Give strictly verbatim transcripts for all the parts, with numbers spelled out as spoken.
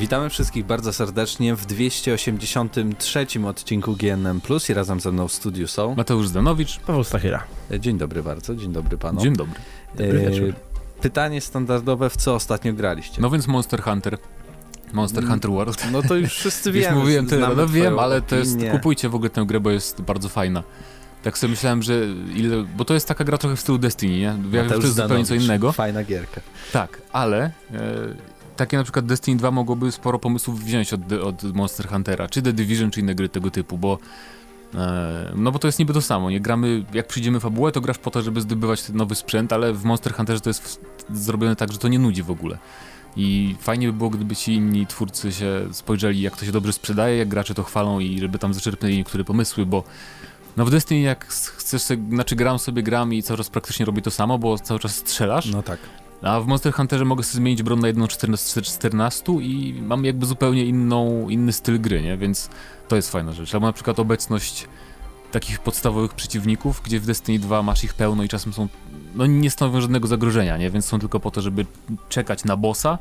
Witamy wszystkich bardzo serdecznie w dwieście osiemdziesiątym trzecim odcinku G N M plus i razem ze mną w studiu są Mateusz Zdanowicz, Paweł Stachyra. Dzień dobry bardzo, dzień dobry panu. Dzień dobry. Dobry wieczór. Pytanie standardowe, w co ostatnio graliście? No więc Monster Hunter. Monster Hunter World. No to już wszyscy wiemy. Już mówiłem tyle, no wiem, ale opinię. to jest, kupujcie w ogóle tę grę, bo jest bardzo fajna. Tak sobie myślałem, że ile, bo to jest taka gra trochę w stylu Destiny, nie? Ja wiem, że to jest zupełnie co innego. Fajna gierka. Tak, ale e, takie na przykład Destiny dwa mogłoby sporo pomysłów wziąć od, od Monster Huntera, czy The Division, czy inne gry tego typu, bo e, no bo to jest niby to samo, nie? Gramy, jak przyjdziemy fabułę, to grasz po to, żeby zdobywać ten nowy sprzęt, ale w Monster Hunterze to jest w, zrobione tak, że to nie nudzi w ogóle. I fajnie by było, gdyby ci inni twórcy się spojrzeli, jak to się dobrze sprzedaje, jak gracze to chwalą i żeby tam zaczerpnęli niektóre pomysły, bo no w Destiny jak chcesz sobie, znaczy gram sobie gram i cały czas praktycznie robi to samo, bo cały czas strzelasz. No tak. A w Monster Hunterze mogę sobie zmienić broń na jedną czternaście i mam jakby zupełnie inną, inny styl gry, nie? Więc to jest fajna rzecz. Albo na przykład obecność takich podstawowych przeciwników, gdzie w Destiny dwa masz ich pełno i czasem są, no nie stanowią żadnego zagrożenia, nie? Więc są tylko po to, żeby czekać na bossa.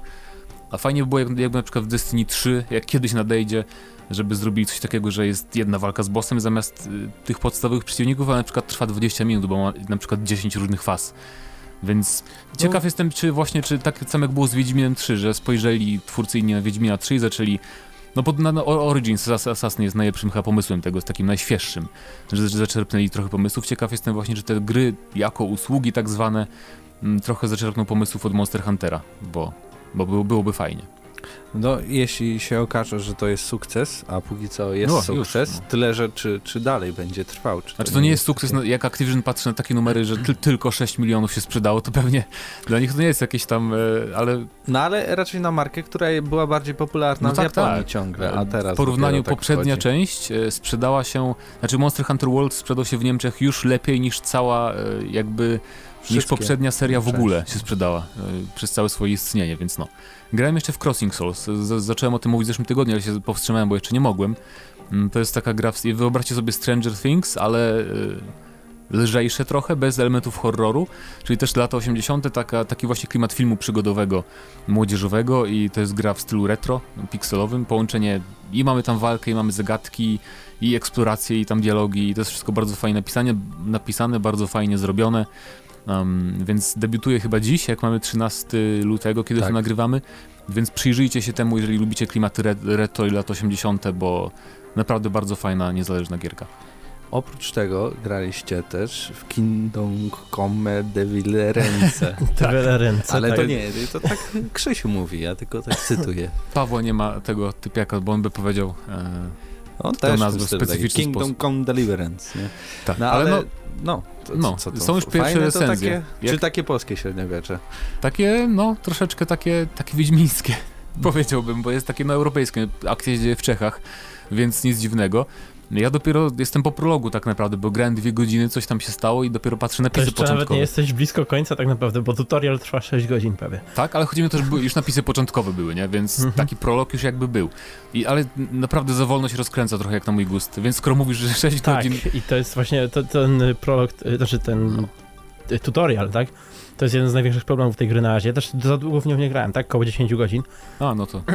A fajnie by było jakby, jakby na przykład w Destiny trzy, jak kiedyś nadejdzie, żeby zrobili coś takiego, że jest jedna walka z bossem zamiast y, tych podstawowych przeciwników, a na przykład trwa dwadzieścia minut, bo ma na przykład dziesięć różnych faz. Więc ciekaw no. jestem, czy właśnie, czy tak samo jak było z Wiedźminem trzy, że spojrzeli twórcy inni na Wiedźmina trzy i zaczęli, no pod na, na Origins Assassin jest najlepszym chyba pomysłem tego, jest takim najświeższym, że, że zaczerpnęli trochę pomysłów. Ciekaw jestem właśnie, czy te gry jako usługi tak zwane m, trochę zaczerpną pomysłów od Monster Huntera, bo, bo było, byłoby fajnie. No, jeśli się okaże, że to jest sukces, a póki co jest no, sukces, już, no. tyle, że czy, czy dalej będzie trwał. Czy znaczy to nie jest sukces, no, jak Activision patrzy na takie numery, że ty, tylko sześć milionów się sprzedało, to pewnie dla nich to nie jest jakieś tam, e, ale... No ale raczej na markę, która była bardziej popularna no w tak, Japonii tak. ciągle, a teraz... W porównaniu tak poprzednia wchodzi. część e, sprzedała się, znaczy Monster Hunter World sprzedał się w Niemczech już lepiej niż cała e, jakby... Wszystkie niż poprzednia seria w ogóle się sprzedała y, przez całe swoje istnienie, więc no. Grałem jeszcze w Crossing Souls, Z- zacząłem o tym mówić w zeszłym tygodniu, ale się powstrzymałem, bo jeszcze nie mogłem. Y, to jest taka gra, w... wyobraźcie sobie Stranger Things, ale y, lżejsze trochę, bez elementów horroru, czyli też lata osiemdziesiąte, taka, taki właśnie klimat filmu przygodowego, młodzieżowego i to jest gra w stylu retro, pikselowym, połączenie i mamy tam walkę, i mamy zagadki, i eksploracje, i tam dialogi, i to jest wszystko bardzo fajnie napisane, napisane bardzo fajnie zrobione. Um, więc debiutuje chyba dziś, jak mamy trzynastego lutego, kiedy tak. to nagrywamy, więc przyjrzyjcie się temu, jeżeli lubicie klimaty re- retro i lat osiemdziesiąte, bo naprawdę bardzo fajna, niezależna gierka. Oprócz tego graliście też w Kingdom Come Devil Ręce. Devil Ręce, ale tak. to nie, to tak Krzysiu mówi, ja tylko tak cytuję. Pawła nie ma tego typiaka, bo on by powiedział e, on tę też nazwę w specyficzny Kingdom sposób. Come Deliverance, nie? Tak, no, ale, ale no, no, to, no co to? są już pierwsze Fajne recenzje. Takie, jak, czy takie polskie średniowiecze? Takie, no, troszeczkę takie, takie wiedźmińskie, powiedziałbym, bo jest takie no europejskie. Akcja się dzieje w Czechach, więc nic dziwnego. Ja dopiero jestem po prologu tak naprawdę, bo grałem dwie godziny, coś tam się stało i dopiero patrzę na napisy to początkowe. Nawet nie jesteś blisko końca tak naprawdę, bo tutorial trwa sześć godzin prawie. Tak, ale chodzi mi o to, że już napisy początkowe były, nie? Więc mm-hmm. taki prolog już jakby był. I, ale naprawdę za wolno się rozkręca trochę jak na mój gust, więc skoro mówisz, że sześć tak, godzin... Tak, i to jest właśnie to, ten prolog, znaczy ten no. tutorial, tak? To jest jeden z największych problemów tej gry na razie. Ja też za długo w nią nie grałem, tak? Koło dziesięć godzin. A, no to...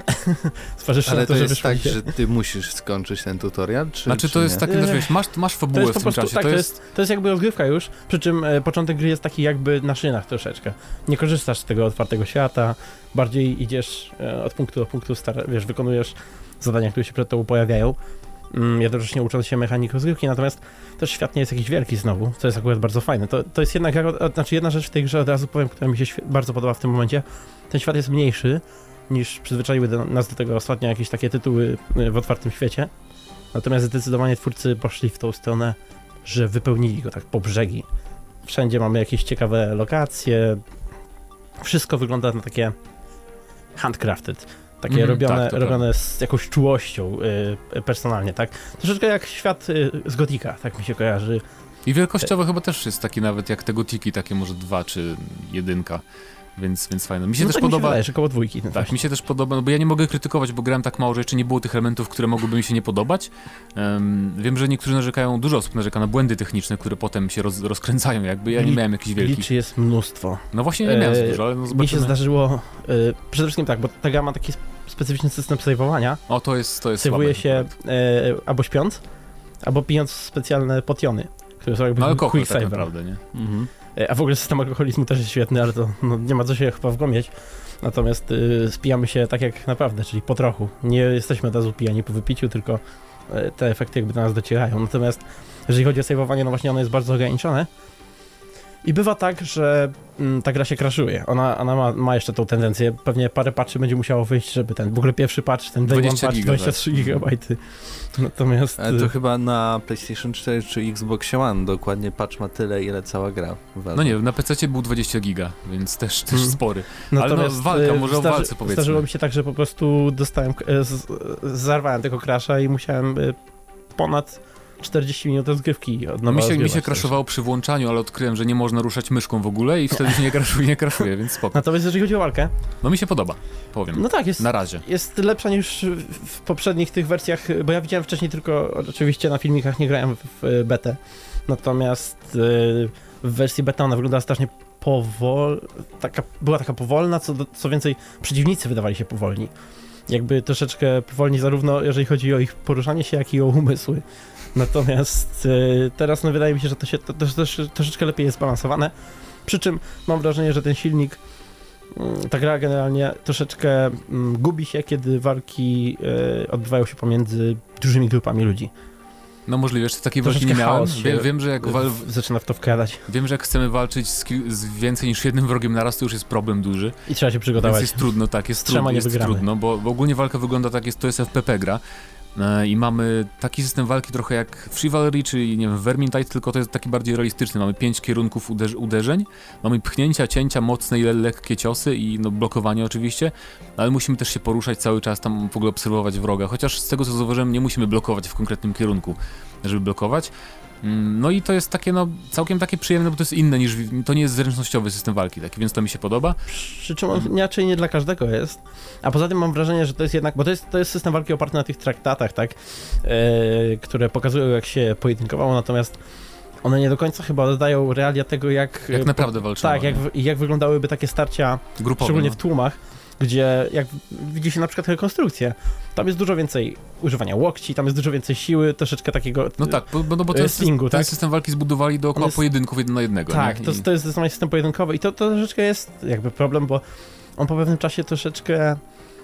Ale to, to jest tak, że ty musisz skończyć ten tutorial, czy Znaczy to czy jest takie, że wiesz, masz, masz fabułę w tym prostu, czasie. Tak, to, to, jest... jest, to jest jakby rozgrywka już, przy czym e, początek gry jest taki jakby na szynach troszeczkę. Nie korzystasz z tego otwartego świata, bardziej idziesz e, od punktu do punktu, star- wiesz, wykonujesz zadania, które się przed tobą pojawiają. Mm, jednocześnie ucząc się mechanik rozgrywki, natomiast też świat nie jest jakiś wielki znowu, co jest akurat bardzo fajne. To, to jest jedna, znaczy jedna rzecz w tej grze, od razu powiem, która mi się świe- bardzo podoba w tym momencie. Ten świat jest mniejszy niż przyzwyczaiły do nas do tego ostatnio jakieś takie tytuły w otwartym świecie. Natomiast zdecydowanie twórcy poszli w tą stronę, że wypełnili go tak po brzegi. Wszędzie mamy jakieś ciekawe lokacje. Wszystko wygląda na takie handcrafted. Takie mm, robione, tak, robione z jakąś czułością y, personalnie, tak? Troszeczkę jak świat y, z Gotika, tak mi się kojarzy. I wielkościowo chyba też jest taki nawet jak te Gotiki, takie może dwa czy jedynka. Więc, więc fajne. Mi się no też tak podoba. Mi się wydaje, że koło dwójki. No tak, właśnie. mi się też podoba, no bo ja nie mogę krytykować, bo grałem tak mało, że jeszcze nie było tych elementów, które mogłyby mi się nie podobać. Um, wiem, że niektórzy narzekają, dużo osób narzeka na błędy techniczne, które potem się roz, rozkręcają jakby. Ja nie miałem jakichś wielkich. Glitchy jest mnóstwo. No właśnie nie miałem za dużo, ale no zobaczymy. Mi się zdarzyło, y, przede wszystkim tak, bo ta gra ma taki specyficzny system save'owania. O, to jest to jest Save'uje słabe. się e, albo śpiąc, albo pijąc specjalne potiony, które są jakby No alkohol quick tak save'em. naprawdę, nie? Mhm. E, a w ogóle system alkoholizmu też jest świetny, ale to no, nie ma co się chyba wgłębiać. Natomiast y, spijamy się tak jak naprawdę, czyli po trochu. Nie jesteśmy od razu pijani po wypiciu, tylko y, te efekty jakby do nas docierają. Natomiast jeżeli chodzi o save'owanie, no właśnie ono jest bardzo ograniczone. I bywa tak, że mm, ta gra się crashuje. Ona, ona ma, ma jeszcze tą tendencję. Pewnie parę patchy będzie musiało wyjść, żeby ten, w ogóle pierwszy patch, ten day one dwadzieścia patch, giga, dwadzieścia trzy gigabajty. Natomiast... Ale to y, chyba na PlayStation cztery czy Xbox One dokładnie patch ma tyle, ile cała gra. Waży. No nie, na pececie był dwadzieścia giga, więc też, też Mm. spory. Natomiast, no, walka, y, może o zdarzy- walce powiedzmy. Zdarzyło mi się tak, że po prostu dostałem, e, z, zarwałem tego crasha i musiałem y, ponad czterdzieści minut rozgrywki od No mi nowa się, mi się rozgrywać. crashowało przy włączaniu, ale odkryłem, że nie można ruszać myszką w ogóle i wtedy się nie crashuje, nie crashuje, więc spoko. Natomiast jeżeli chodzi o walkę, No mi się podoba, powiem. no tak, jest, Na razie. jest lepsza niż w poprzednich tych wersjach, bo ja widziałem wcześniej tylko, oczywiście na filmikach nie grałem w betę, natomiast y, w wersji beta ona wyglądała strasznie powol, taka, była taka powolna, co, do, co więcej przeciwnicy wydawali się powolni. Jakby troszeczkę powolni zarówno jeżeli chodzi o ich poruszanie się, jak i o umysły. Natomiast y, teraz no, wydaje mi się, że to się to, to, to, troszeczkę lepiej jest zbalansowane. Przy czym mam wrażenie, że ten silnik, y, ta gra generalnie troszeczkę y, gubi się, kiedy walki y, odbywają się pomiędzy dużymi grupami ludzi. No możliwe, że takiej walki nie Troszeczkę miałem. chaos się Wiem, wiem, że jak wal... w, zaczyna w to wkradać wiem, że jak chcemy walczyć z, kil... z więcej niż jednym wrogiem naraz, to już jest problem duży. i trzeba się Więc przygotować. jest trudno, tak, jest, Z trzema trudno, nie jest wygramy. trudno, bo, bo ogólnie walka wygląda tak, jest, to jest F P P gra. E, I mamy taki system walki trochę jak w Chivalry, czy nie wiem, w Vermintide, tylko to jest taki bardziej realistyczny. Mamy pięć kierunków uderz uderzeń, mamy pchnięcia, cięcia, mocne i le lekkie ciosy i no, blokowanie oczywiście, ale musimy też się poruszać cały czas, tam w ogóle obserwować wroga, chociaż z tego co zauważyłem, nie musimy blokować w konkretnym kierunku, żeby blokować. No i to jest takie, no, całkiem takie przyjemne, bo to jest inne niż, to nie jest zręcznościowy system walki taki, więc to mi się podoba. Przy czym on inaczej nie dla każdego jest. A poza tym mam wrażenie, że to jest jednak, bo to jest, to jest system walki oparty na tych traktatach, tak, e, które pokazują jak się pojedynkowało, natomiast one nie do końca chyba oddają realia tego, jak... Jak naprawdę walczyło. Tak, jak, jak wyglądały tak starcia, grupowe, szczególnie no. w tłumach, gdzie jak widzi się na przykład rekonstrukcję, tam jest dużo więcej używania łokci, tam jest dużo więcej siły, troszeczkę takiego... No tak, bo, bo, no bo ten, slingu, ten tak? system walki zbudowali dookoła jest... pojedynków jeden na jednego. Tak, nie? to, I... to jest zdecydowanie system pojedynkowy i to, to troszeczkę jest jakby problem, bo on po pewnym czasie troszeczkę...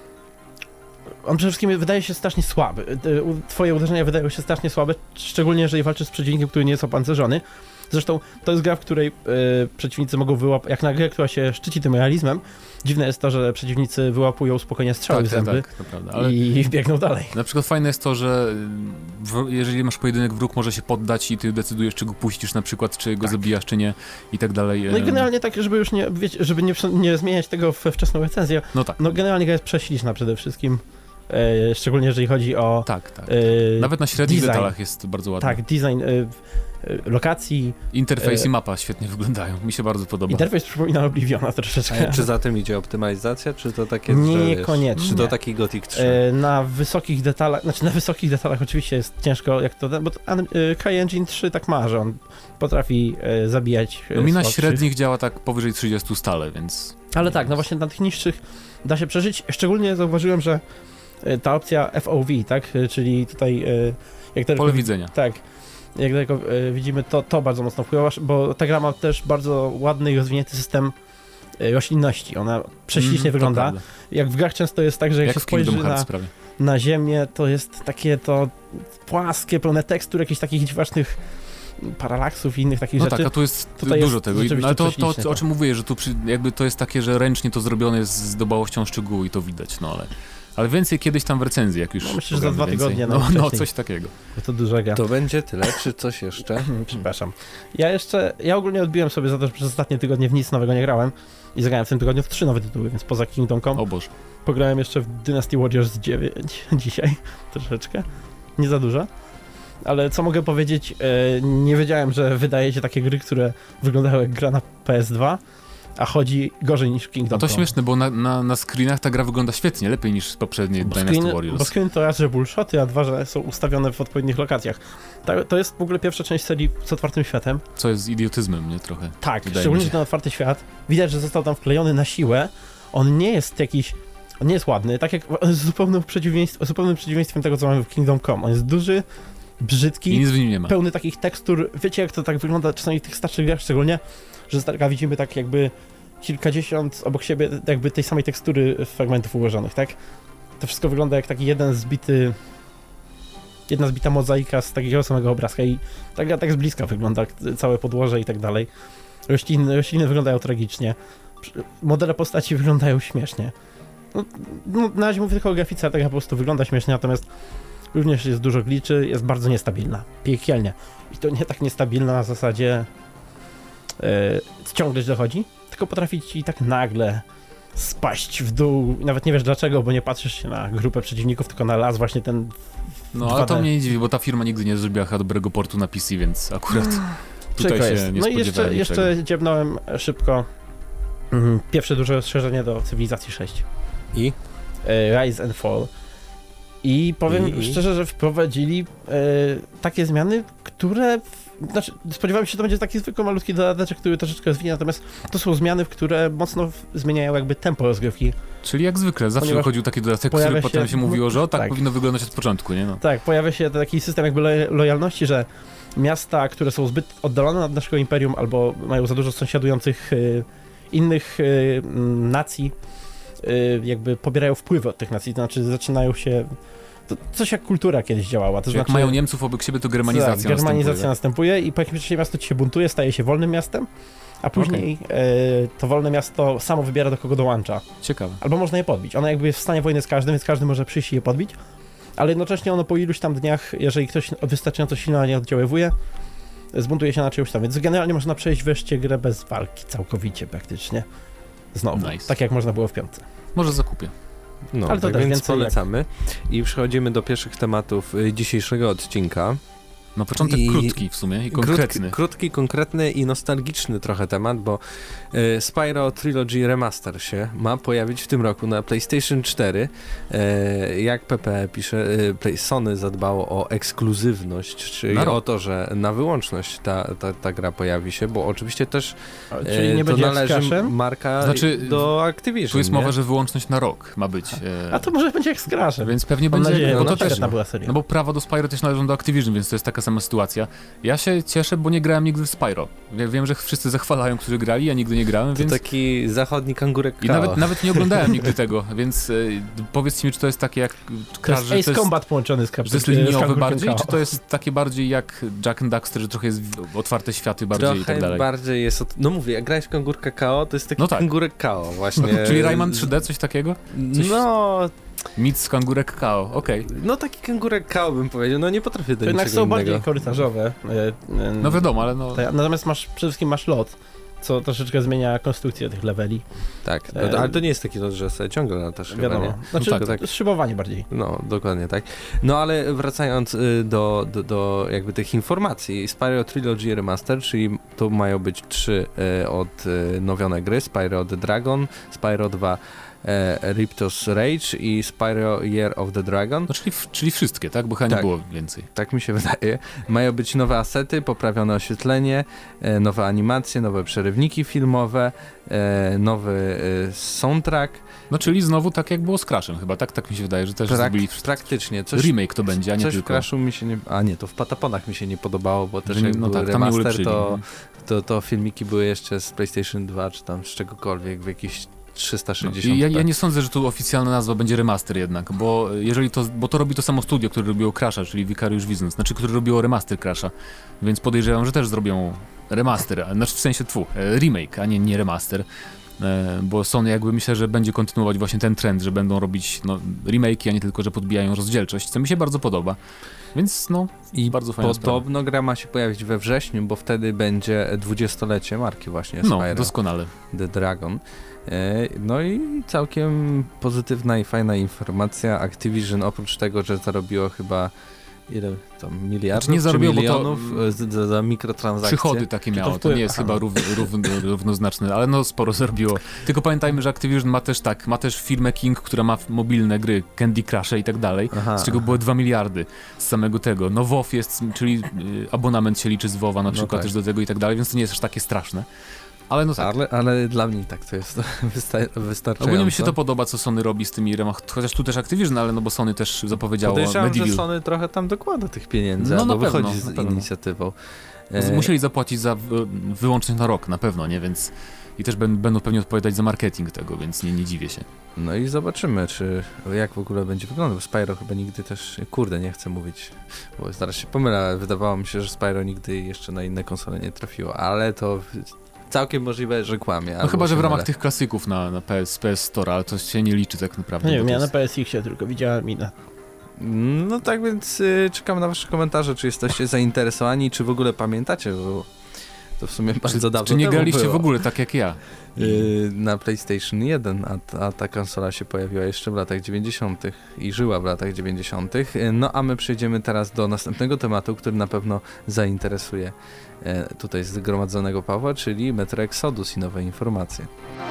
On przede wszystkim wydaje się strasznie słaby. Twoje uderzenia wydają się strasznie słabe, szczególnie jeżeli walczysz z przeciwnikiem, który nie jest opancerzony. Zresztą to jest gra, w której y, przeciwnicy mogą wyłapać, jak na grę, która się szczyci tym realizmem, dziwne jest to, że przeciwnicy wyłapują spokojnie strzały tak, w zęby tak, tak, to prawda. Ale i biegną dalej. na przykład fajne jest to, że w, jeżeli masz pojedynek, wróg może się poddać i ty decydujesz, czy go puścisz na przykład, czy go Tak. zabijasz, czy nie i tak dalej. No i generalnie tak, żeby już nie, wiecie, żeby nie, nie zmieniać tego we wczesną recenzję, No tak. no generalnie gra jest prześliczna przede wszystkim, e, szczególnie jeżeli chodzi o... Tak, tak. E, Nawet na średnich design. detalach jest bardzo ładny. Tak, design e, e, lokacji, Interfejs e, i mapa świetnie wyglądają. Mi się bardzo podoba. interfejs przypomina Obliviona troszeczkę. A czy za tym idzie optymalizacja, czy to takie, że, wiesz, Niekoniecznie. czy to taki Gothic trzy? E, na wysokich detalach, znaczy na wysokich detalach oczywiście jest ciężko, jak to, bo to, e, CryEngine trzy tak ma, że on potrafi e, zabijać e, No mi na słabszych. średnich działa tak powyżej trzydziestu stale, więc... Ale tak, no właśnie na tych niższych da się przeżyć. Szczególnie zauważyłem, że e, ta opcja F O V, tak, e, czyli tutaj e, jak tylko, Pole widzenia. tak, jak tylko e, widzimy, to, to bardzo mocno wpływa, bo ta gra ma też bardzo ładny i rozwinięty system e, roślinności. Ona prześlicznie Mm, to wygląda. prawda. Jak w grach często jest tak, że jak, Jak się w Kingdom spojrzy Hearts na, prawie. na ziemię, to jest takie to płaskie, pełne tekstur, jakichś takich dziwacznych paralaksów i innych takich No rzeczy. tak, a tu jest Tutaj dużo jest tego. I, rzeczywiście ale to, to, prześlicznie, to, o tak. czym mówię, że tu przy, jakby to jest takie, że ręcznie to zrobione jest z dbałością szczegółu i to widać, no ale... Ale więcej kiedyś tam w recenzji, jak już... No myślę, że za pogramy dwa więcej. tygodnie No, no, najwcześniej. coś takiego. Bo to duża gra. To będzie tyle, czy coś jeszcze? Przepraszam. Ja jeszcze, ja ogólnie odbiłem sobie za to, że przez ostatnie tygodnie w nic nowego nie grałem i zagrałem w tym tygodniu w trzy nowe tytuły, więc poza Kingdom Come O Boże. pograłem jeszcze w Dynasty Warriors dziewięć dzisiaj, troszeczkę, nie za dużo. Ale co mogę powiedzieć, e, nie wiedziałem, że wydaje się takie gry, które wyglądały jak gra na P S dwa, a chodzi gorzej niż w Kingdom No to Come. śmieszne, bo na, na, na screenach ta gra wygląda świetnie, lepiej niż poprzednie Bo Dynasty screen, Warriors. bo screen to raz, że bullshoty, a dwa, że są ustawione w odpowiednich lokacjach. To, to jest w ogóle pierwsza część serii z otwartym światem. Co jest idiotyzmem, nie? Trochę. Tak, Wydaje mi szczególnie się. że ten otwarty świat. Widać, że został tam wklejony na siłę. On nie jest jakiś On nie jest ładny, tak jak on jest zupełnym przeciwieństwem, zupełnym przeciwieństwem tego, co mamy w Kingdom Come. On jest duży, brzydki, I nic w nim nie ma. pełny takich tekstur. Wiecie, jak to tak wygląda czasami w tych starszych grach szczególnie, że z daleka widzimy tak jakby kilkadziesiąt obok siebie jakby tej samej tekstury fragmentów ułożonych, tak? To wszystko wygląda jak taki jeden zbity, jedna zbita mozaika z takiego samego obrazka i tak, tak z bliska wygląda całe podłoże i tak dalej. Rośliny, rośliny wyglądają tragicznie. Modele postaci wyglądają śmiesznie. No, no, na razie mówię tylko o grafice, ale tak po prostu wygląda śmiesznie, natomiast również jest dużo glitchy, jest bardzo niestabilna. Piekielnie. I to nie tak niestabilna na zasadzie yy, ciągle źle chodzi, tylko potrafi ci tak nagle spaść w dół i nawet nie wiesz dlaczego, bo nie patrzysz się na grupę przeciwników, tylko na las właśnie ten No ale to mnie nie dziwi, bo ta firma nigdy nie zrobiła chyba dobrego portu na P C, więc akurat tutaj Przykro się jest. nie No i spodziewałem jeszcze, niczego. jeszcze dziebnąłem szybko mhm, pierwsze duże rozszerzenie do Cywilizacji sześć. I? E, Rise and Fall. I powiem I, i? szczerze, że wprowadzili e, takie zmiany, które... W, znaczy, spodziewałem się, że to będzie taki zwykły malutki dodateczek, który troszeczkę rozwinie, natomiast to są zmiany, które mocno w, zmieniają jakby tempo rozgrywki. Czyli jak zwykle, zawsze Ponieważ wychodził taki dodatek, pojawia który się- potem się mówiło, że o tak, tak. powinno wyglądać od początku, nie no. Tak, pojawia się taki system jakby lo- lojalności, że miasta, które są zbyt oddalone od naszego imperium albo mają za dużo sąsiadujących y, innych y, mm, nacji, y, jakby pobierają wpływy od tych nacji, to znaczy zaczynają się... To coś jak kultura kiedyś działała, to Czyli znaczy... jak mają Niemców obok siebie, to germanizacja tak, germanizacja następuje. następuje i po jakimś czasie miasto ci się buntuje, staje się wolnym miastem, a później y, to wolne miasto samo wybiera, do kogo dołącza. Ciekawe. Albo można je podbić. Ono jakby jest w stanie wojny z każdym, więc każdy może przyjść i je podbić, ale jednocześnie ono po iluś tam dniach, jeżeli ktoś wystarczająco silno nie oddziaływuje, zbuntuje się na czyjąś tam, więc generalnie można przejść wreszcie grę bez walki, całkowicie praktycznie. Znowu, Nice. tak jak można było w piątce. Może zakupię. No, Ale to tak też więc więcej polecamy. I przechodzimy do pierwszych tematów y, dzisiejszego odcinka. Na początek I- krótki w sumie i konkretny. Krótki, krótki, konkretny i nostalgiczny trochę temat, bo y, Spyro Trilogy Remaster się ma pojawić w tym roku na PlayStation cztery. Y, jak P P pisze, y, Play, Sony zadbało o ekskluzywność, czyli Na rok. o to, że na wyłączność ta, ta, ta gra pojawi się, bo oczywiście też Czyli y, nie to będzie jak z należy Crashem? marka Znaczy, do Activision. Tu jest nie? mowa, że wyłączność na rok ma być. E, A to może będzie jak z Crashem. Więc pewnie Mam będzie, nadzieję, bo no to to też, była seria. no bo prawa do Spyro też należą do Activision, więc to jest taka sama sytuacja. Ja się cieszę, bo nie grałem nigdy w Spyro. Ja wiem, że wszyscy zachwalają, którzy grali, ja nigdy nie grałem, To więc... taki zachodni kangurek I Kao. nawet, nawet nie oglądałem nigdy tego, więc e, powiedzcie mi, czy to jest takie jak To Crash, jest że Ace to jest, Combat połączony z że to jest Captain liniowy bardziej, czy to jest takie bardziej jak Jack and Daxter, że trochę jest w- otwarte światy bardziej Trochę i tak dalej. bardziej jest... Od... No mówię, jak grałeś w kangurka Kao, to jest taki No tak. kangurek Kao właśnie. Czyli Rayman trzy D, coś takiego? Coś- No, Nic kangurek Kao, okej. no taki kangurek Kao bym powiedział, no nie potrafię do To jednak niczego są innego. bardziej korytarzowe. e, e, No wiadomo, ale no... to- Natomiast masz, przede wszystkim masz lot, co troszeczkę zmienia konstrukcję tych leveli. Tak, no, E, ale to nie jest taki lot, że sobie ciągle latasz chyba, Wiadomo. nie? Znaczy, No tak, tak, szybowanie bardziej. No, dokładnie tak. No ale wracając y, do, do, do jakby tych informacji, Spyro Trilogy Remaster, czyli to mają być trzy y, odnowione gry, Spyro the Dragon, Spyro dwa e, Riptos Rage i Spyro Year of the Dragon. No czyli, czyli wszystkie, tak? Bo chyba nie Tak. było więcej. Tak mi się wydaje. Mają być nowe asety, poprawione oświetlenie, e, nowe animacje, nowe przerywniki filmowe, e, nowy e, soundtrack. No czyli znowu tak jak było z Crashem chyba, tak? Tak mi się wydaje, że też Prak- zrobili praktycznie. Coś, remake to będzie, a nie coś tylko... w Crashu mi się nie... A nie, to w Pataponach mi się nie podobało, bo też że nie- jak no był tak, tam nie remaster, ulepszyli. to, to, to filmiki były jeszcze z PlayStation dwa, czy tam z czegokolwiek, w jakichś trzysta sześćdziesiąt. I ja, ja nie sądzę, że tu oficjalna nazwa będzie remaster jednak, bo jeżeli to, bo to robi to samo studio, które robiło Crasha, czyli Vicarious Visions, znaczy, które robiło remaster Crasha, więc podejrzewam, że też zrobią remaster, a- znaczy w sensie tfu, e, remake, a nie, nie remaster, e, bo Sony jakby myślę, że będzie kontynuować właśnie ten trend, że będą robić no, remake'i, a nie tylko, że podbijają rozdzielczość, co mi się bardzo podoba, więc no, I bardzo fajna sprawa. podobno gra ma się pojawić we wrześniu, bo wtedy będzie dwudziestolecie marki właśnie No, Spyro doskonale. the Dragon. E, No i całkiem pozytywna i fajna informacja. Activision oprócz tego, że zarobiło chyba ile tam miliardów Znaczy nie zarobiło, czy bo to, milionów mm, za, za, za mikrotransakcje. Przychody takie Czy to miało, to wpływ- nie jest aha. chyba rów, rów, równoznaczne, ale no sporo zrobiło. Tylko pamiętajmy, że Activision ma też tak, ma też firmę King, która ma mobilne gry, Candy Crush i tak dalej, Aha. z czego były dwa miliardy z samego tego. No WoW jest, czyli y, abonament się liczy z WoWa na No przykład tak. też do tego i tak dalej, więc to nie jest aż takie straszne. Ale no tak. Ale, ale dla mnie tak to jest wysta- wystarczająco. Ogólnie mi się to podoba, co Sony robi z tymi remach, chociaż tu też Activision, ale no bo Sony też zapowiedziało Podejrzewam, Medieval. że Sony trochę tam dokłada tych pieniędzy, No, albo na pewno, wychodzi z na pewno. inicjatywą. Musieli zapłacić za wy- wyłącznie na rok, na pewno, nie? Więc i też ben, będą pewnie odpowiadać za marketing tego, więc nie, nie dziwię się. No i zobaczymy, czy jak w ogóle będzie wyglądał. Spyro chyba nigdy też, kurde, nie chcę mówić, bo zaraz się pomylę, wydawało mi się, że Spyro nigdy jeszcze na inne konsole nie trafiło, ale to całkiem możliwe, że kłamie. No chyba, że w ramach mylę. tych klasyków na, na P S, P S Store, ale to się nie liczy tak naprawdę. No nie bo wiem, to ja na jest... P S X-ie tylko widziałem i na... No tak więc y, czekam na wasze komentarze, czy jesteście zainteresowani, czy w ogóle pamiętacie, bo to w sumie bardzo Czy, dawno czy nie temu graliście było. w ogóle tak jak ja? Yy, na PlayStation jeden, a, ta- a ta konsola się pojawiła jeszcze w latach dziewięćdziesiątych i żyła w latach dziewięćdziesiątych. Yy, No a my przejdziemy teraz do następnego tematu, który na pewno zainteresuje e, tutaj zgromadzonego Pawła, czyli Metro Exodus i nowe informacje.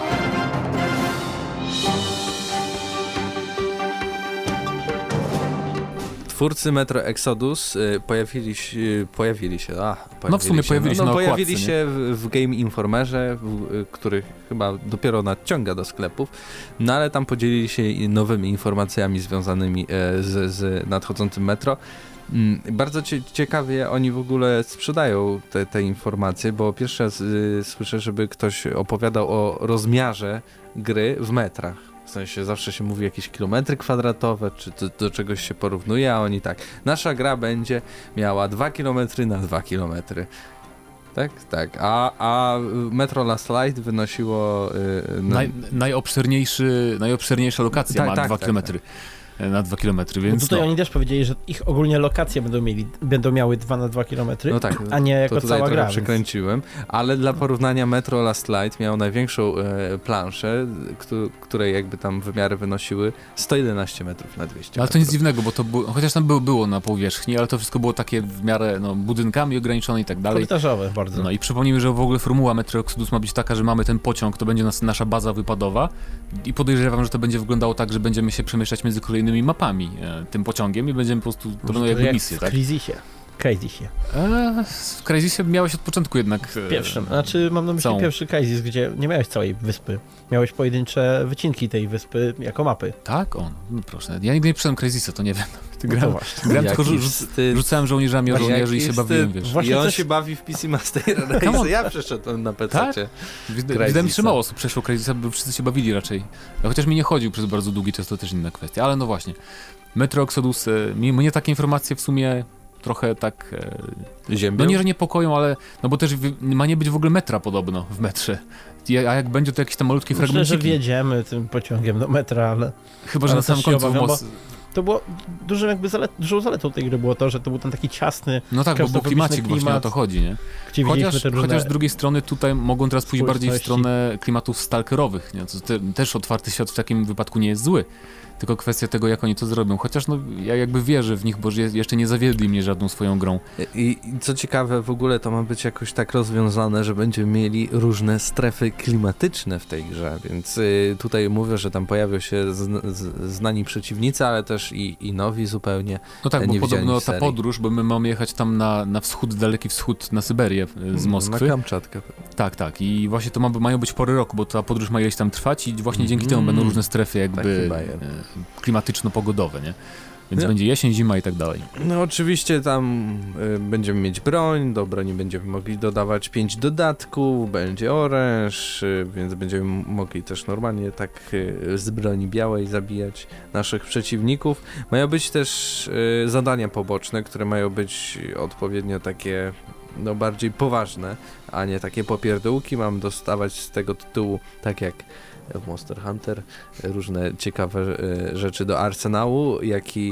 Twórcy Metro Exodus y, pojawili się, pojawili się, a, pojawili No w sumie się, pojawili się no, na pojawili okładce, się w, w Game Informerze, w, y, który chyba dopiero nadciąga do sklepów, no ale tam podzielili się nowymi informacjami związanymi e, z, z nadchodzącym Metro. Mm, Bardzo cie, ciekawie oni w ogóle sprzedają te, te informacje, bo pierwszy raz y, słyszę, żeby ktoś opowiadał o rozmiarze gry w metrach. W sensie zawsze się mówi jakieś kilometry kwadratowe, czy do, do czegoś się porównuje, a oni tak, nasza gra będzie miała dwa kilometry na dwa kilometry. Tak? Tak. A, a Metro Last Light wynosiło... Yy, no, Naj, najobszerniejszy, najobszerniejsza lokacja Tak, ma tak, dwa tak, kilometry. Na dwa kilometry, No więc tutaj no. oni też powiedzieli, że ich ogólnie lokacje będą mieli, będą miały dwa na dwa kilometry, no tak, a nie to jako tutaj cała trochę gra. Więc... przekręciłem, ale dla porównania Metro Last Light miało największą e, planszę, któ- której jakby tam wymiary wynosiły sto jedenaście metrów na dwieście Ale to nic metrów. dziwnego, bo to było, chociaż tam było, było na powierzchni, ale to wszystko było takie w miarę no, budynkami ograniczone i tak dalej. Korytarzowe bardzo. No i przypomnijmy, że w ogóle formuła Metro Exodus ma być taka, że mamy ten pociąg, to będzie nas, nasza baza wypadowa i podejrzewam, że to będzie wyglądało tak, że będziemy się przemieszczać między kolejnymi mapami e, tym pociągiem i będziemy po prostu, to będą jakby jak misje, w tak? Crysisie. Crysisie. Eee, w Crysisie miałeś od początku jednak... e, Pierwszym. Znaczy mam na myśli całą. pierwszy Crysis, gdzie nie miałeś całej wyspy. Miałeś pojedyncze wycinki tej wyspy jako mapy. Tak? O, no proszę. Ja nigdy nie przeszedłem Crysisa, to nie wiem. Ty No to grałem, właśnie. grałem tylko Jaki rzu- wstyd. rzucałem żołnierzami o Jaki żołnierzy i się wstyd. bawiłem, wiesz. Właśnie I on coś- się bawi w P C Master Come Race. on. Ja przeszedłem na P C. Tak? Wydaje mi się, mało osób przeszło Crysisa, bo wszyscy się bawili raczej. Ja chociaż mi nie chodził przez bardzo długi czas, to też inna kwestia. Ale no właśnie. Metro Exodus, e, mi- mnie takie informacje w sumie trochę tak... E, Ziemią? no nie, że niepokoją, ale... No bo też wy, ma nie być w ogóle metra podobno w metrze. I- A jak będzie to jakieś tam malutkie Myślę, że fragmenciki. wjedziemy tym pociągiem do metra, ale Chyba, że ale na samym też się końcu... w obawiam, most... to było dużym jakby zalet, dużą zaletą tej gry było to, że to był ten taki ciasny, No tak, bo był klaustrofobiczny klimacik właśnie, o klimat. to chodzi, nie? gdzie Chociaż, widzieliśmy te różne... chociaż z drugiej strony tutaj mogą teraz pójść bardziej w spójności. stronę klimatów stalkerowych, nie? To te, też otwarty świat w takim wypadku nie jest zły. Tylko kwestia tego, jak oni to zrobią. Chociaż no, ja jakby wierzę w nich, bo że jeszcze nie zawiedli mnie żadną swoją grą. I, I co ciekawe, w ogóle to ma być jakoś tak rozwiązane, że będziemy mieli różne strefy klimatyczne w tej grze, więc y, tutaj mówię, że tam pojawią się z, z, znani przeciwnicy, ale też i, i nowi zupełnie. No tak, Nie bo widziałem podobno ich ta serii. podróż, bo my mamy jechać tam na, na wschód, daleki wschód, na Syberię e, z Moskwy. Na Kamczatkę. Tak, tak. I właśnie to ma, mają być pory roku, bo ta podróż ma ileś tam trwać i właśnie dzięki Mm. temu będą różne strefy Tak jakby chyba e, jest. klimatyczno-pogodowe, nie? Więc No. będzie jesień, zima i tak dalej. No oczywiście tam y, będziemy mieć broń, do broni będziemy mogli dodawać pięć dodatków, będzie oręż, y, więc będziemy mogli też normalnie tak y, z broni białej zabijać naszych przeciwników. Mają być też y, zadania poboczne, które mają być odpowiednio takie no bardziej poważne, a nie takie popierdółki. Mamy dostawać z tego tytułu, tak jak w Monster Hunter, różne ciekawe y, rzeczy do arsenału, jak i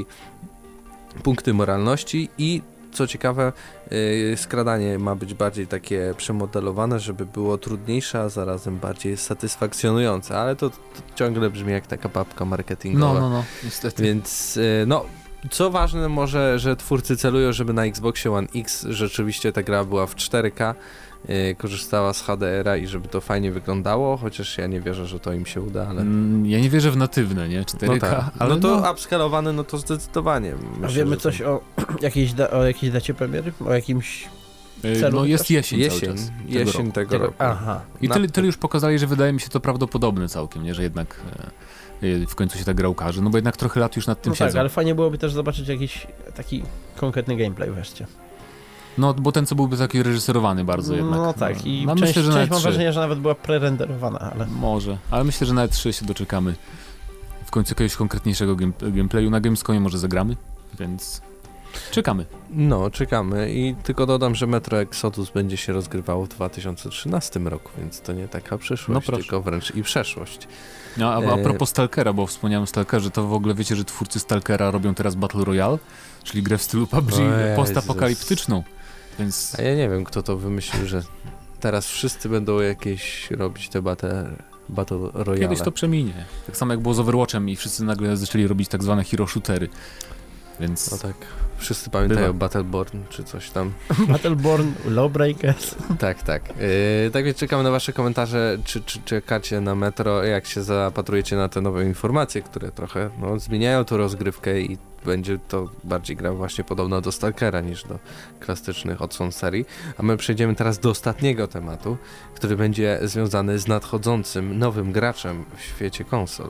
punkty moralności i co ciekawe, y, skradanie ma być bardziej takie przemodelowane, żeby było trudniejsze, a zarazem bardziej satysfakcjonujące, ale to, to ciągle brzmi jak taka papka marketingowa. No, no, no, niestety. Więc y, no, co ważne może, że twórcy celują, żeby na Xboxie One X rzeczywiście ta gra była w cztery K, y, korzystała z H D R a i żeby to fajnie wyglądało, chociaż ja nie wierzę, że to im się uda, ale... Mm, Ja nie wierzę w natywne, nie? cztery No, K, tak. ale no to no, upscalowane, no to zdecydowanie. A Myślę, wiemy że coś to... o jakiejś, da, o jakiejś dacie premiery? O jakimś Yy, no jest jesień, jesień cały czas. Jesień Tego tego, tego roku. Aha. I Na- tyle, tyle już pokazali, że wydaje mi się to prawdopodobne całkiem, nie? Że jednak e, w końcu się ta gra ukaże, no bo jednak trochę lat już nad tym No siedzą. tak, ale fajnie byłoby też zobaczyć jakiś taki konkretny gameplay wreszcie. No bo ten co byłby taki reżyserowany bardzo jednak. No tak, i no, część, myślę, że część na mam E trzy. wrażenie, że nawet była prerenderowana, ale... Może, ale myślę, że na E trzy się doczekamy w końcu jakiegoś konkretniejszego game, gameplayu. Na Gamescomie może zagramy, więc czekamy. No, czekamy i tylko dodam, że Metro Exodus będzie się rozgrywało w dwa tysiące trzynastym roku, więc to nie taka przyszłość, No proszę. tylko wręcz i przeszłość. No, a, a E- propos Stalkera, bo wspomniałem o Stalkerze, to w ogóle wiecie, że twórcy Stalkera robią teraz Battle Royale, czyli grę w stylu P U B G O Jezus. postapokaliptyczną, więc... A ja nie wiem, kto to wymyślił, że teraz wszyscy będą jakieś robić te battle, battle royale. Kiedyś to przeminie. Tak samo jak było z Overwatchem i wszyscy nagle zaczęli robić tak zwane hero shootery. Więc No tak, wszyscy pamiętają Bywa. Battleborn czy coś tam. Battleborn, Lawbreakers. Tak, tak. Yy, tak więc czekamy na wasze komentarze, czy, czy czekacie na Metro, jak się zapatrujecie na te nowe informacje, które trochę no, zmieniają tą rozgrywkę i będzie to bardziej grał właśnie podobno do Stalkera niż do klasycznych odsłon serii. A my przejdziemy teraz do ostatniego tematu, który będzie związany z nadchodzącym nowym graczem w świecie konsol.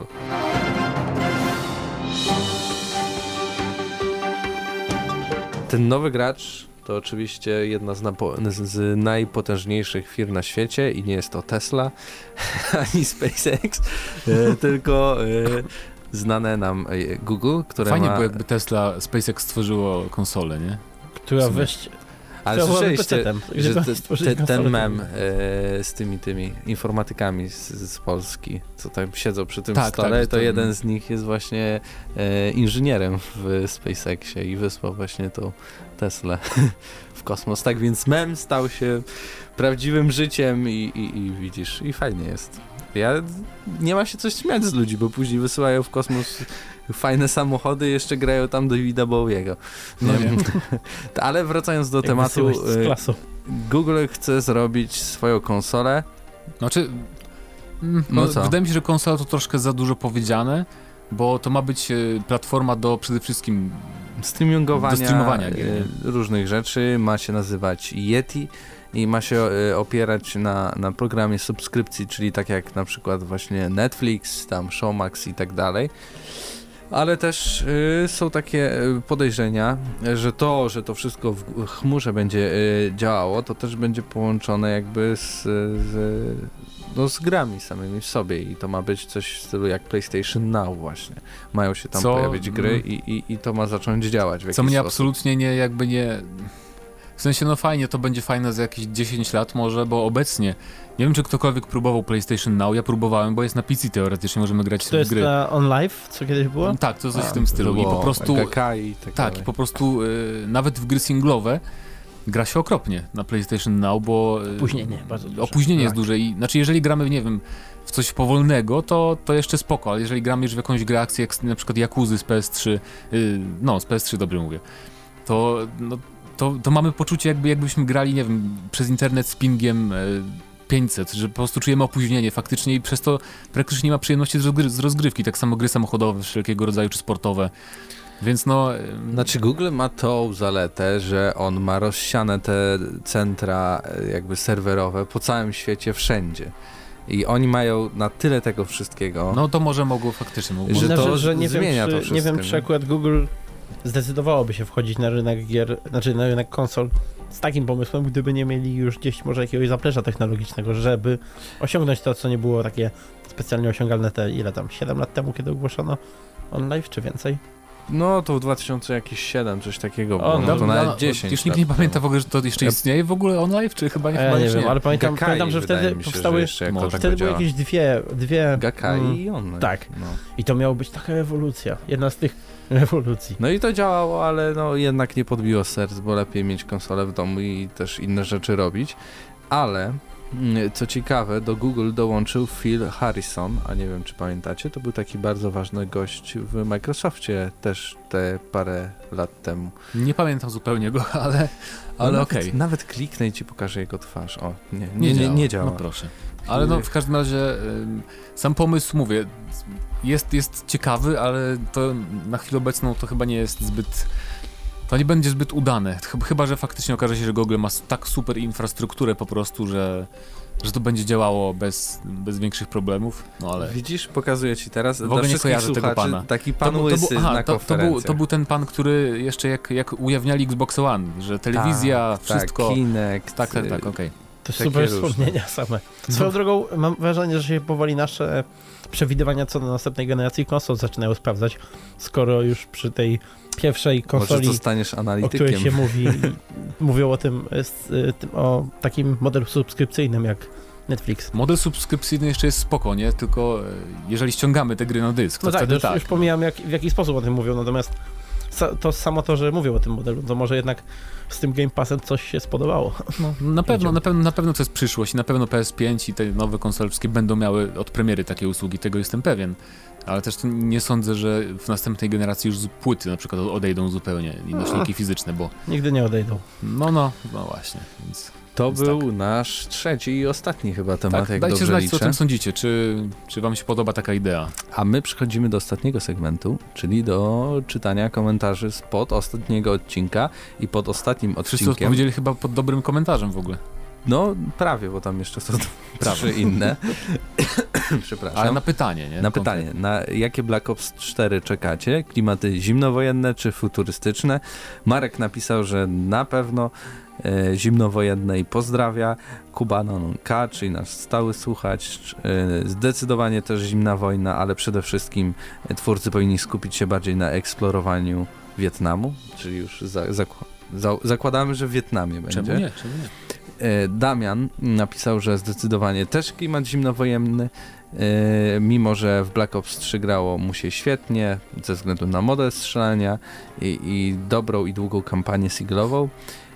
Ten nowy gracz to oczywiście jedna z, napo- z, z najpotężniejszych firm na świecie i nie jest to Tesla ani SpaceX, e, tylko e, znane nam e, Google, które fajnie ma... było jakby Tesla, SpaceX stworzyło konsolę, nie? Która sumie. wreszcie... Ale która byłaby słyszeliście, pecetem, gdzie że to te, stworzyli te, ten konsolę. mem e, z tymi tymi informatykami z, z Polski, co tam siedzą przy tym Tak, stole, tak, to to- jeden z nich jest właśnie e, inżynierem w SpaceXie i wysłał właśnie tą Teslę w kosmos. Tak więc mem stał się prawdziwym życiem i, i, i widzisz, i fajnie jest. Ja, nie ma się coś śmiać z ludzi, bo później wysyłają w kosmos fajne samochody i jeszcze grają tam Davida Bowiego. No nie. Ale wracając do Jak tematu, wysyłać z y, klasą. Google chce zrobić swoją konsolę. Znaczy, mm, No no, co? wydaje mi się, że konsola to troszkę za dużo powiedziane, bo to ma być e, platforma do przede wszystkim Streamingowania, Do streamowania gier, y, różnych rzeczy, ma się nazywać Yeti i ma się y, opierać na, na programie subskrypcji, czyli tak jak na przykład właśnie Netflix, tam Showmax i tak dalej. Ale też y, są takie y, podejrzenia, że to, że to wszystko w chmurze będzie y, działało, to też będzie połączone jakby z, z, no, z grami samymi w sobie i to ma być coś w stylu jak PlayStation Now właśnie. Mają się tam Co? pojawić gry Mm. i, i, i to ma zacząć działać w jakiś Co mnie sposób. absolutnie nie, jakby nie... W sensie, no fajnie, to będzie fajne za jakieś dziesięć lat może, bo obecnie, nie wiem czy ktokolwiek próbował PlayStation Now, ja próbowałem, bo jest na P C teoretycznie, możemy grać To w jest gry. na OnLive, co kiedyś było? Tak, to coś A, w tym stylu to i po było prostu, G K i tak, tak, i dalej. po prostu y, nawet w gry singlowe gra się okropnie na PlayStation Now, bo... y, Opóźnienie bardzo duże. Opóźnienie jest Tak. duże i, znaczy jeżeli gramy, nie wiem, w coś powolnego, to, to jeszcze spoko, ale jeżeli gramy już w jakąś grę akcji, jak na przykład Yakuzy z P S trzy, yy, no z P S trzy dobrze mówię, to, no, to, to mamy poczucie jakby jakbyśmy grali, nie wiem, przez internet z pingiem yy, pięćset, że po prostu czujemy opóźnienie faktycznie i przez to praktycznie nie ma przyjemności z, rozgry- z rozgrywki, tak samo gry samochodowe wszelkiego rodzaju czy sportowe, więc no... yy, Znaczy Google ma tą zaletę, że on ma rozsiane te centra e, jakby serwerowe po całym świecie, wszędzie. I oni mają na tyle tego wszystkiego. no to może mogło faktycznie, mogło. Że Że, to że, że nie, wiem, zmienia czy, to nie wszystko, wiem, czy nie? akurat Google zdecydowałoby się wchodzić na rynek gier, znaczy na rynek konsol z takim pomysłem, gdyby nie mieli już gdzieś może jakiegoś zaplecza technologicznego, żeby osiągnąć to, co nie było takie specjalnie osiągalne te, ile tam, siedem lat temu, kiedy ogłoszono OnLive, czy więcej? No to w dwa tysiące siódmym coś takiego było, O, no, no, to no, nawet no, dziesięć Już nikt lat nie pamięta temu. w ogóle, że to jeszcze Ja- istnieje w ogóle OnLive, czy chyba nie, Ja chyba nie już wiem, ale pamiętam, Gakai pamiętam że wydaje wtedy mi się, powstały, że jeszcze jako może. tak wtedy były działa. jakieś dwie, dwie Gakai mm, i online. tak. No. i to miało być taka ewolucja, jedna z tych rewolucji. no i to działało, ale no jednak nie podbiło serc, bo lepiej mieć konsolę w domu i też inne rzeczy robić. Ale mm, co ciekawe, do Google dołączył Phil Harrison, a nie wiem czy pamiętacie, to był taki bardzo ważny gość w Microsoftie też te parę lat temu. Nie pamiętam zupełnie go, ale, ale No okej. nawet, nawet kliknę i ci pokażę jego twarz. O, nie, nie, Nie, nie, działa. nie działa. No proszę. Ale no w każdym razie ym, sam pomysł, mówię, jest, jest ciekawy, ale to na chwilę obecną to chyba nie jest zbyt To nie będzie zbyt udane, chyba że faktycznie okaże się, że Google ma tak super infrastrukturę po prostu, że, że to będzie działało bez, bez większych problemów, no ale... Widzisz, pokazuję ci teraz, w ogóle nie kojarzę słuchaczy, tego pana. Taki pan to, łysy to był, aha, na to, to, był, to był ten pan, który jeszcze jak, jak ujawniali Xbox One, że telewizja, tak, wszystko... Tak, Kinect. Tak, tak, tak, okej. Okay. To super wspomnienia same. Swoją no. drogą mam wrażenie, że się powoli nasze przewidywania co do następnej generacji konsol zaczynają sprawdzać, skoro już przy tej pierwszej konsoli, może zostaniesz analitykiem, o której się mówi, mówią o tym, o takim modelu subskrypcyjnym jak Netflix. Model subskrypcyjny jeszcze jest spoko, nie? Tylko jeżeli ściągamy te gry na dysk, to no tak, wtedy już, tak. już pomijam jak, w jaki sposób o tym mówią, natomiast to samo to, że mówią o tym modelu, to może jednak z tym Game Passem coś się spodobało. No, na pewno, na pewno, na pewno to jest przyszłość i na pewno P S pięć i te nowe konsole wszystkie będą miały od premiery takie usługi, tego jestem pewien. Ale też nie sądzę, że w następnej generacji już płyty na przykład odejdą zupełnie i nośniki fizyczne, bo... Nigdy nie odejdą. No, no, no właśnie, więc... To więc był tak. nasz trzeci i ostatni chyba temat, tak, jak dajcie dobrze znać, liczę. co o tym sądzicie, czy, czy wam się podoba taka idea. A my przechodzimy do ostatniego segmentu, czyli do czytania komentarzy spod ostatniego odcinka i pod ostatnim odcinkiem. Wszyscy odpowiedzieli chyba pod dobrym komentarzem w ogóle. No prawie, bo tam jeszcze są trzy inne. Przepraszam. Ale na pytanie, nie? Na pytanie, na jakie Black Ops cztery czekacie? Klimaty zimnowojenne czy futurystyczne? Marek napisał, że na pewno e, zimnowojenne i pozdrawia. Kubanon K, czyli nasz stały słuchacz. E, zdecydowanie też zimna wojna, ale przede wszystkim twórcy powinni skupić się bardziej na eksplorowaniu Wietnamu, czyli już za, za, za, zakładamy, że w Wietnamie będzie. Czemu nie? Czemu nie? Damian napisał, że zdecydowanie też klimat zimnowojenny, mimo że w Black Ops trzy grało mu się świetnie ze względu na model strzelania i, i dobrą i długą kampanię singlową,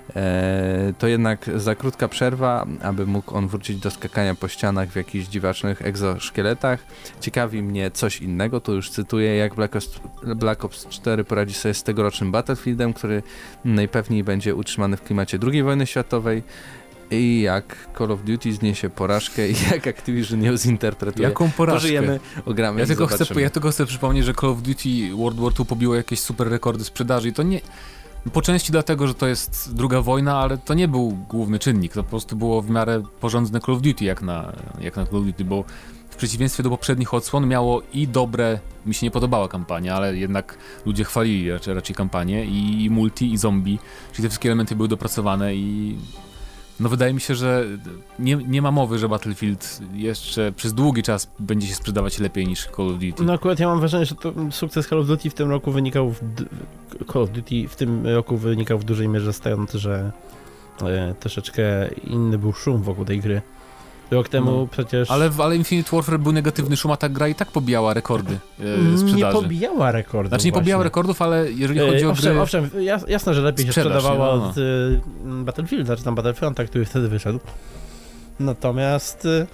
to jednak za krótka przerwa, aby mógł on wrócić do skakania po ścianach w jakichś dziwacznych egzoszkieletach. Ciekawi mnie coś innego, tu już cytuję, jak Black Ops, Black Ops cztery poradzi sobie z tegorocznym Battlefieldem, który najpewniej będzie utrzymany w klimacie drugiej wojny światowej. I jak Call of Duty zniesie porażkę i jak Activision ją zinterpretuje. Jaką porażkę? Pożyjemy, ogramy ja i tylko zobaczymy. chcę, Ja tylko chcę przypomnieć, że Call of Duty World War two pobiło jakieś super rekordy sprzedaży i to nie... Po części dlatego, że to jest druga wojna, ale to nie był główny czynnik. To po prostu było w miarę porządne Call of Duty jak na, jak na Call of Duty, bo w przeciwieństwie do poprzednich odsłon miało i dobre, mi się nie podobała kampania, ale jednak ludzie chwalili raczej, raczej kampanię i multi, i zombie, czyli te wszystkie elementy były dopracowane i... No wydaje mi się, że nie, nie ma mowy, że Battlefield jeszcze przez długi czas będzie się sprzedawać lepiej niż Call of Duty. No akurat ja mam wrażenie, że to sukces Call of Duty w tym roku wynikał w d- Call of Duty w tym roku wynikał w dużej mierze stąd, że e, troszeczkę inny był szum wokół tej gry. Rok temu no. przecież... Ale, ale Infinite Warfare był negatywny szum, a ta gra i tak pobijała rekordy e, sprzedaży. Nie pobijała rekordów. Znaczy nie pobijała rekordów, ale jeżeli chodzi e, o owszem, gry... Owszem, jasne, że lepiej Sprzedaż, się sprzedawała no. od y, Battlefielda, czy tam Battlefronta, który wtedy wyszedł. Natomiast y,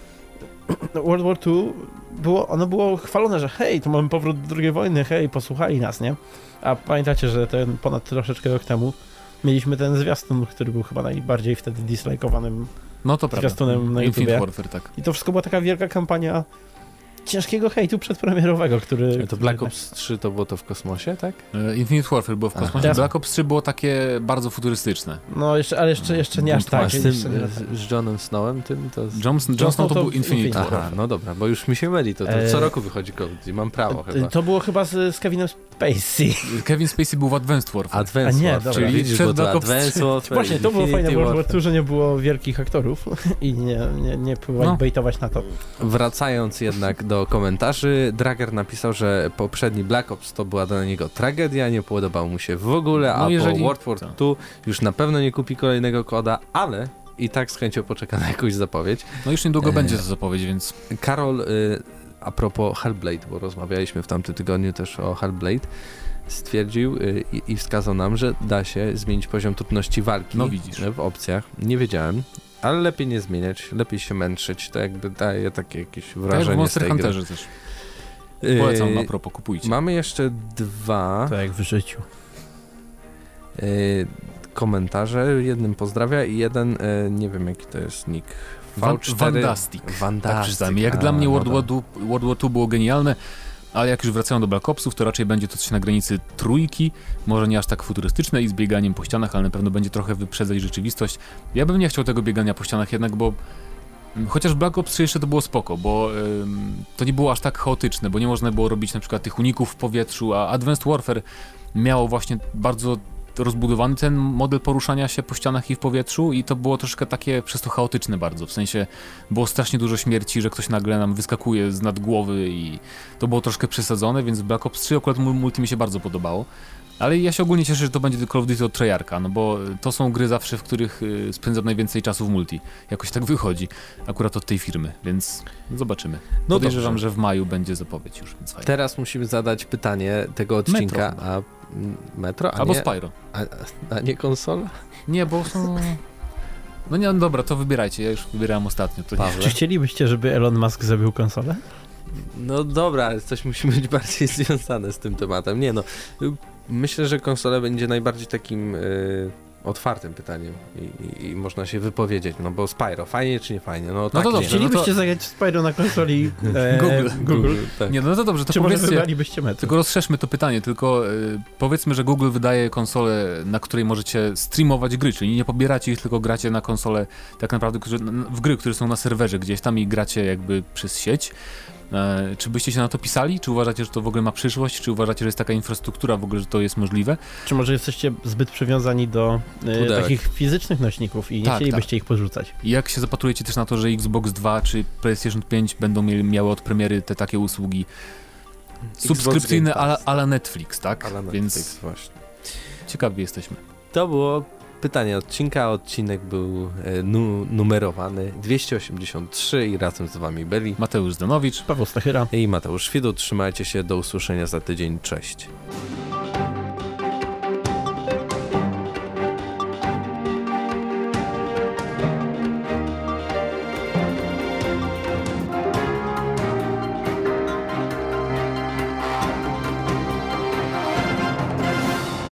World War two było, ono było chwalone, że hej, tu mamy powrót do drugiej wojny, hej, posłuchali nas, nie? A pamiętacie, że ten ponad troszeczkę rok temu mieliśmy ten zwiastun, który był chyba najbardziej wtedy dislike'owanym no to zwiastunem na Infinite YouTubie. Warfare, tak. I to wszystko była taka wielka kampania ciężkiego hejtu przedpremierowego, który... To Black Ops trzy to było to w kosmosie, tak? Infinite Warfare było w kosmosie, Aha. Black Ops trzy było takie bardzo futurystyczne. No jeszcze, ale jeszcze, jeszcze nie aż tak. A z, tym, z, z Johnem Snowem tym to... Z... John, John Snow to, to był Infinite Infinite. War. Aha, no dobra, bo już mi się myli, to, to co e... roku wychodzi Call of Duty, mam prawo chyba. To było chyba z, z Kevinem Spacey. Kevin Spacey był w Advanced Warfare. Advanced A nie, Warfare, dobra. czyli widzisz, bo to Advanced Warfare. Właśnie, to było fajne w World War two, że nie było wielkich aktorów i nie, nie, nie próbowali no. baitować na to. Wracając jednak do komentarzy, Drager napisał, że poprzedni Black Ops to była dla niego tragedia, nie podobał mu się w ogóle, a no jeżeli... po World War two już na pewno nie kupi kolejnego koda, ale i tak z chęcią poczeka na jakąś zapowiedź. No już niedługo e... będzie ta zapowiedź, więc... Karol, y, a propos Hellblade, bo rozmawialiśmy w tamtym tygodniu też o Hellblade, stwierdził y, i wskazał nam, że da się zmienić poziom trudności walki no, widzisz. w opcjach. Nie wiedziałem. Ale lepiej nie zmieniać, lepiej się męczyć, to jakby daje takie jakieś wrażenie tak, w Monster z tej Hunterze gry. też. Polecam, a propos, kupujcie. Mamy jeszcze dwa tak jak w życiu. Yy, komentarze. Jednym pozdrawia i jeden, yy, nie wiem jaki to jest nick. V cztery. Vandastic. Vandastic. Tak, jak a, dla mnie World, no War two, World War two było genialne, ale jak już wracają do Black Opsów, to raczej będzie to coś na granicy trójki, może nie aż tak futurystyczne i z bieganiem po ścianach, ale na pewno będzie trochę wyprzedzać rzeczywistość. Ja bym nie chciał tego biegania po ścianach jednak, bo chociaż Black Ops trzy jeszcze to było spoko, bo ym, to nie było aż tak chaotyczne, bo nie można było robić na przykład tych uników w powietrzu, a Advanced Warfare miało właśnie bardzo rozbudowany ten model poruszania się po ścianach i w powietrzu i to było troszkę takie przez to chaotyczne bardzo, w sensie było strasznie dużo śmierci, że ktoś nagle nam wyskakuje z nad głowy i to było troszkę przesadzone, więc Black Ops trzy akurat multi mi się bardzo podobało. Ale ja się ogólnie cieszę, że to będzie Call of Duty od Treyarcha, no bo to są gry zawsze, w których y, spędzam najwięcej czasu w multi. Jakoś tak wychodzi, akurat od tej firmy, więc zobaczymy. No podejrzewam, że w maju będzie zapowiedź już, więc fajnie. Teraz musimy zadać pytanie tego odcinka, Metro. a Metro? A Albo nie, Spyro. A, a nie konsola? Nie, bo są... No nie, no dobra, to wybierajcie, ja już wybierałem ostatnio. To Pawle? Czy chcielibyście, żeby Elon Musk zrobił konsolę? No dobra, ale coś musi być bardziej związane z tym tematem. Nie no, myślę, że konsola będzie najbardziej takim y, otwartym pytaniem I, i, i można się wypowiedzieć, no bo Spyro, fajnie czy nie fajnie? No, no tak, to dobrze. nie. Chcielibyście no to... zagrać w Spyro na konsoli e, Google. Google. Google, tak. Nie, no to dobrze, to Czy może powiedzcie... wybralibyście Metro? Tylko rozszerzmy to pytanie, tylko y, powiedzmy, że Google wydaje konsolę, na której możecie streamować gry, czyli nie pobieracie ich, tylko gracie na konsolę tak naprawdę w gry, które są na serwerze gdzieś tam i gracie jakby przez sieć. E, czy byście się na to pisali? Czy uważacie, że to w ogóle ma przyszłość? Czy uważacie, że jest taka infrastruktura w ogóle, że to jest możliwe? Czy może jesteście zbyt przywiązani do e, takich fizycznych nośników i nie tak, chcielibyście tak. ich podrzucać? I jak się zapatrujecie też na to, że Xbox dwa czy PlayStation pięć będą mieli, miały od premiery te takie usługi subskrypcyjne ala, ala Netflix, tak? Ala Netflix, Więc właśnie. ciekawi jesteśmy. To było pytanie odcinka, odcinek był e, nu, numerowany dwieście osiemdziesiąt trzy i razem z wami byli Mateusz Zdanowicz, Paweł Stachyra i Mateusz Widut. Trzymajcie się, do usłyszenia za tydzień, cześć.